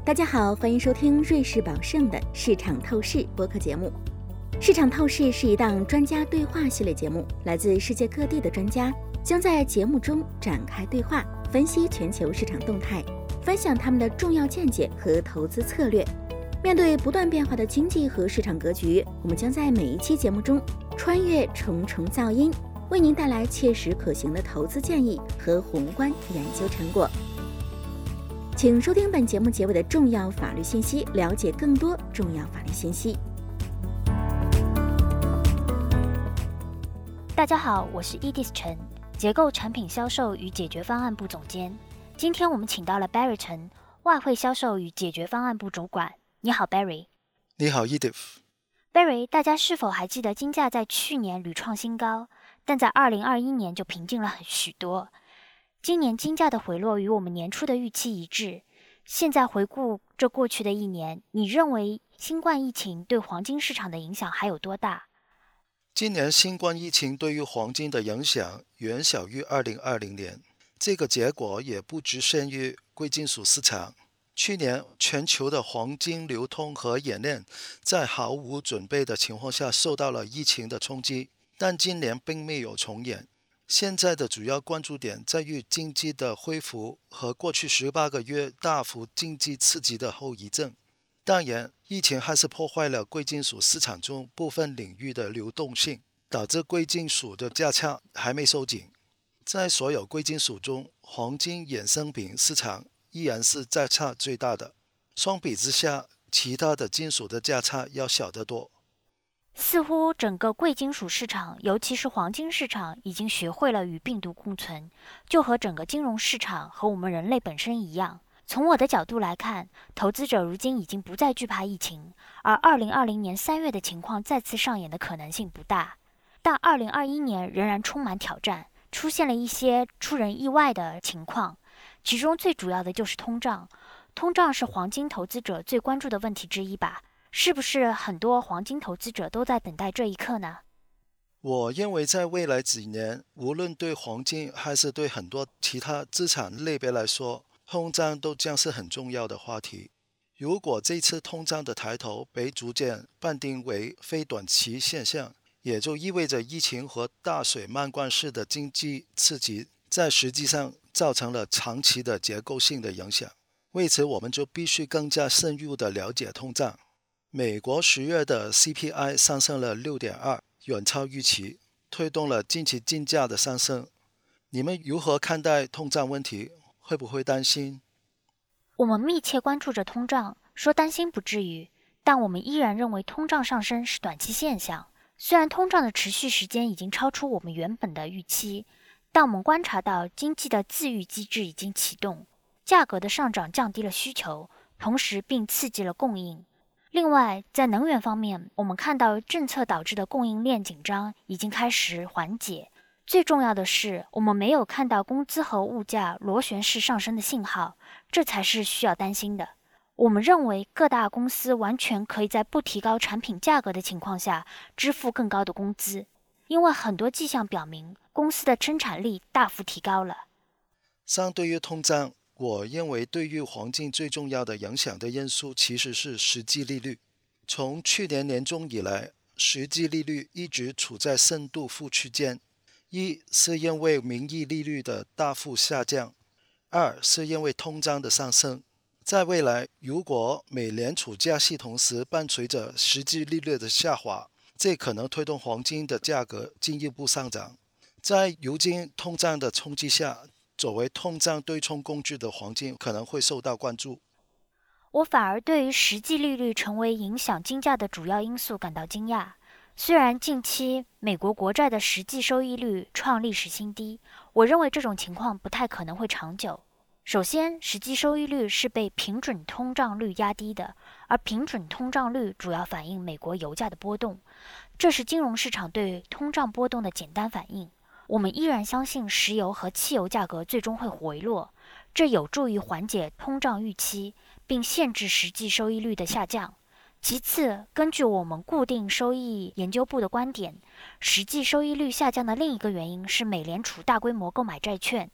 大家好，欢迎收听瑞士宝盛的市场透视播客节目。市场透视是一档专家对话系列节目，来自世界各地的专家将在节目中展开对话，分析全球市场动态，分享他们的重要见解和投资策略。面对不断变化的经济和市场格局，我们将在每一期节目中穿越重重噪音，为您带来切实可行的投资建议和宏观研究成果。请收听本节目结尾的重要法律信息，了解更多重要法律信息。 大家好，我是 Edith 陈，结构产品销售与解决方案部总监。今天我们请到了 Barry 陈，外汇销售与解决方案部主管。你好 Barry。 你好 Edith。 Barry， 大家是否还记得金价在去年屡创新高，但在2021年就平静了许多。今年金价的回落与我们年初的预期一致。现在回顾这过去的一年，你认为新冠疫情对黄金市场的影响还有多大？ 今年新冠疫情对于黄金的影响远小于2020年，这个结果也不只限于贵金属市场。去年全球的黄金流通和冶炼在毫无准备的情况下受到了疫情的冲击，但今年并没有重演。现在的主要关注点在于经济的恢复和过去18个月大幅经济刺激的后遗症。当然，疫情还是破坏了贵金属市场中部分领域的流动性，导致贵金属的价差还没收紧。在所有贵金属中，黄金衍生品市场依然是价差最大的，相比之下，其他的金属的价差要小得多。 似乎整个贵金属市场，尤其是黄金市场，已经学会了与病毒共存，就和整个金融市场和我们人类本身一样。从我的角度来看，投资者如今已经不再惧怕疫情，而2020年3月的情况再次上演的可能性不大。但2021年仍然充满挑战，出现了一些出人意外的情况，其中最主要的就是通胀。通胀是黄金投资者最关注的问题之一吧？是不是很多黄金投资者都在等待这一刻呢？ 我认为在未来几年，无论对黄金还是对很多其他资产类别来说，通胀都将是很重要的话题。如果这次通胀的抬头被逐渐判定为非短期现象，也就意味着疫情和大水漫灌式的经济刺激在实际上造成了长期的结构性的影响。为此，我们就必须更加深入地了解通胀。美国10月的 CPI 上升了 6.2%， 远超预期，推动了近期金价的上升。你们如何看待通胀问题？会不会担心？ 我们密切关注着通胀，说担心不至于，但我们依然认为通胀上升是短期现象。虽然通胀的持续时间已经超出我们原本的预期，但我们观察到经济的自愈机制已经启动，价格的上涨降低了需求，同时并刺激了供应。另外，在能源方面，我们看到政策导致的供应链紧张已经开始缓解。最重要的是，我们没有看到工资和物价螺旋式上升的信号，这才是需要担心的。我们认为各大公司完全可以在不提高产品价格的情况下支付更高的工资，因为很多迹象表明公司的生产力大幅提高了。 相对于通胀，我认为对于黄金最重要的影响的因素其实是实际利率。从去年年中以来，实际利率一直处在深度负区间。一是因为名义利率的大幅下降，二是因为通胀的上升。在未来，如果美联储加息同时伴随着实际利率的下滑，这可能推动黄金的价格进一步上涨。在如今通胀的冲击下，作为通胀对冲工具的黄金可能会受到关注。 我反而对于实际利率成为影响金价的主要因素感到惊讶。虽然近期美国国债的实际收益率创历史新低，我认为这种情况不太可能会长久。首先，实际收益率是被平准通胀率压低的，而平准通胀率主要反映美国油价的波动，这是金融市场对通胀波动的简单反应。我们依然相信石油和汽油价格最终会回落，这有助于缓解通胀预期，并限制实际收益率的下降。其次，根据我们固定收益研究部的观点，实际收益率下降的另一个原因是美联储大规模购买债券。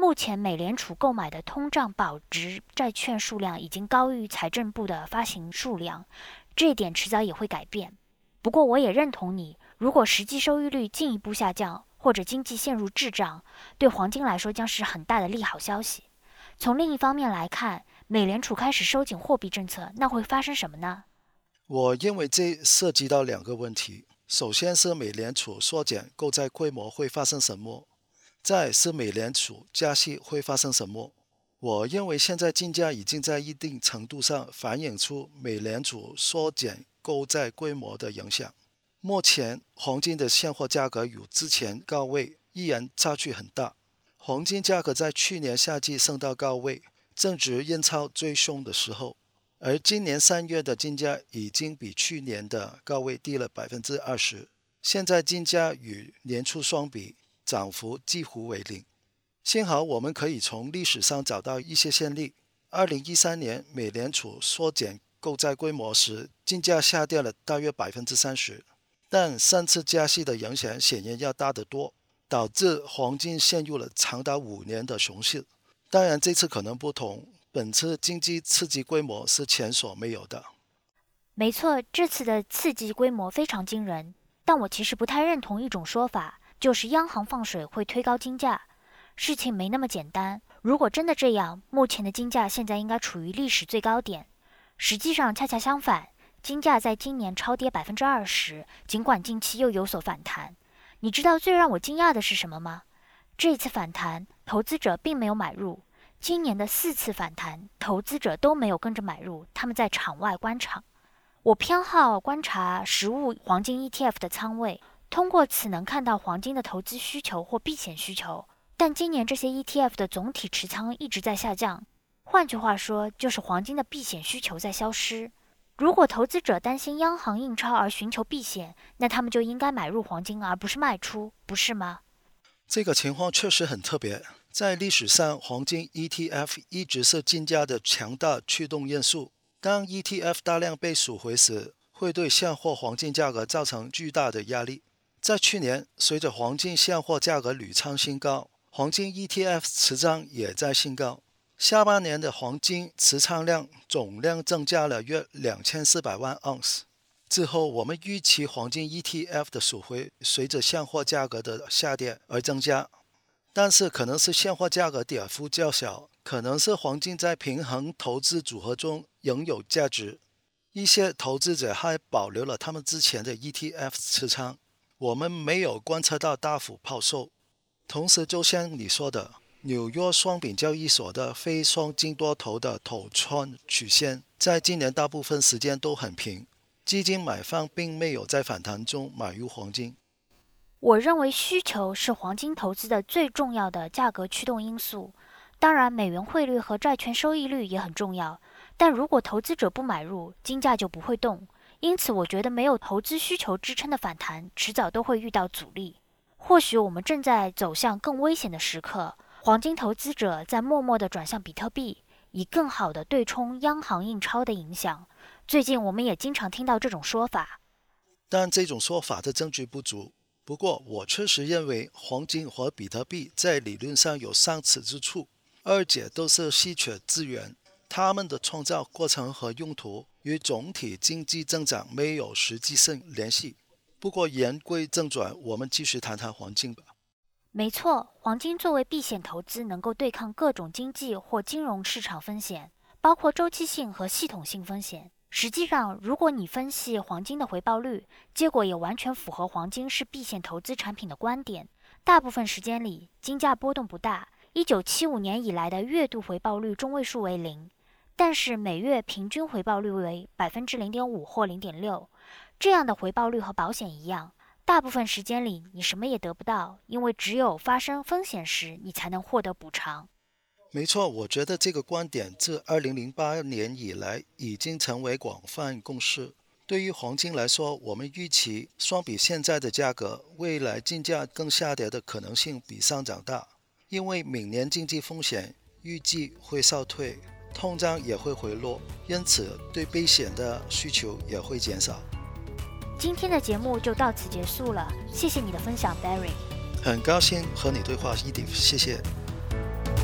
目前美联储购买的通胀保值债券数量已经高于财政部的发行数量，这一点迟早也会改变。不过我也认同你，如果实际收益率进一步下降，或者经济陷入滞胀，对黄金来说将是很大的利好消息。从另一方面来看，美联储开始收紧货币政策，那会发生什么呢？ 我认为这涉及到两个问题，首先是美联储缩减购债规模会发生什么，再是美联储加息会发生什么。我认为现在金价已经在一定程度上反映出美联储缩减购债规模的影响。目前黄金的现货价格与之前高位依然差距很大，黄金价格在去年夏季升到高位，正值印钞最凶的时候，而今年3月的金价已经比去年的高位低了 20%， 现在金价与年初相比，涨幅几乎为零。幸好我们可以从历史上找到一些先例。2013年美联储缩减购债规模时，金价下跌了大约 30%， 但上次加息的影响显然要大得多，导致黄金陷入了长达5年的熊市。当然这次可能不同，本次经济刺激规模是前所没有的。 没错，这次的刺激规模非常惊人，但我其实不太认同一种说法，就是央行放水会推高金价。事情没那么简单，如果真的这样，目前的金价现在应该处于历史最高点。实际上恰恰相反，金价在今年超跌 20%， 尽管近期又有所反弹。你知道最让我惊讶的是什么吗？这次反弹，投资者并没有买入。今年的4次反弹，投资者都没有跟着买入，他们在场外观场。我偏好观察实物黄金 ETF 的仓位，通过此能看到黄金的投资需求或避险需求。但今年这些 ETF 的总体持仓一直在下降，换句话说，就是黄金的避险需求在消失。如果投资者担心央行印钞而寻求避险，那他们就应该买入黄金，而不是卖出，不是吗？ 这个情况确实很特别。在历史上，黄金 ETF 一直是金价的强大驱动因素。当 ETF 大量被赎回时，会对现货黄金价格造成巨大的压力。在去年，随着黄金现货价格屡创新高，黄金 ETF 持仓也在新高。下半年的黄金持仓量总量增加了约2400万盎司。之后，我们预期黄金 ETF 的赎回随着现货价格的下跌而增加，但是可能是现货价格跌幅较小，可能是黄金在平衡投资组合中仍有价值。一些投资者还保留了他们之前的 ETF 持仓，我们没有观测到大幅抛售。同时，就像你说的，纽约商品交易所的非黄金多头的头穿曲线在今年大部分时间都很平，基金买方并没有在反弹中买入黄金。 我认为需求是黄金投资的最重要的价格驱动因素，当然美元汇率和债券收益率也很重要，但如果投资者不买入，金价就不会动。因此我觉得没有投资需求支撑的反弹，迟早都会遇到阻力。或许我们正在走向更危险的时刻，黄金投资者在默默地转向比特币，以更好地对冲央行印钞的影响。最近我们也经常听到这种说法， 但这种说法的证据不足。不过我确实认为黄金和比特币在理论上有相似之处，二者都是稀缺资源，它们的创造过程和用途与总体经济增长没有实际性联系。不过言归正传，我们继续谈谈黄金吧。 没错，黄金作为避险投资，能够对抗各种经济或金融市场风险，包括周期性和系统性风险。实际上，如果你分析黄金的回报率，结果也完全符合黄金是避险投资产品的观点。大部分时间里，金价波动不大，1975年以来的月度回报率中位数为0，但是每月平均回报率为 0.5% 或 0.6%。这样的回报率和保险一样，大部分时间里你什么也得不到，因为只有发生风险时，你才能获得补偿。 没错，我觉得这个观点自2008年以来已经成为广泛共识。对于黄金来说，我们预期相比现在的价格，未来金价更下跌的可能性比上涨大，因为明年经济风险预计会消退，通胀也会回落，因此对避险的需求也会减少。 今天的节目就到此结束了，谢谢你的分享 Barry。 很高兴和你对话，Edith，谢谢。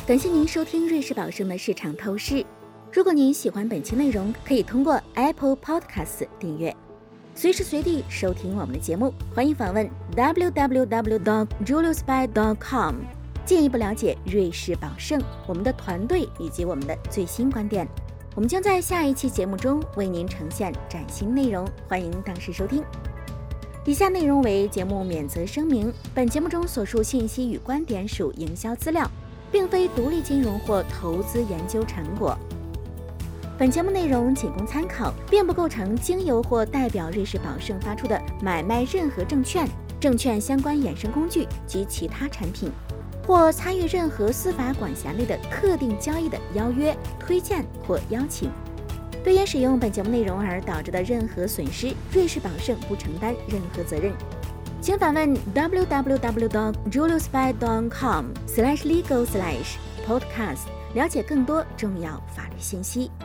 感谢您收听瑞士宝盛的市场透视。如果您喜欢本期内容，可以通过 Apple Podcast 订阅，随时随地收听我们的节目。欢迎访问 www.juliusby.com， 进一步了解瑞士宝盛、我们的团队以及我们的最新观点。我们将在下一期节目中为您呈现崭新内容，欢迎当时收听。以下内容为节目免责声明，本节目中所述信息与观点属营销资料，并非独立金融或投资研究成果。本节目内容仅供参考，并不构成经由或代表瑞士宝盛发出的买卖任何证券、证券相关衍生工具及其他产品，或参与任何司法管辖内的特定交易的邀约、推荐或邀请。对因使用本节目内容而导致的任何损失，瑞士宝盛不承担任何责任。请访问 www.juliusby.com/legal/podcast 了解更多重要法律信息。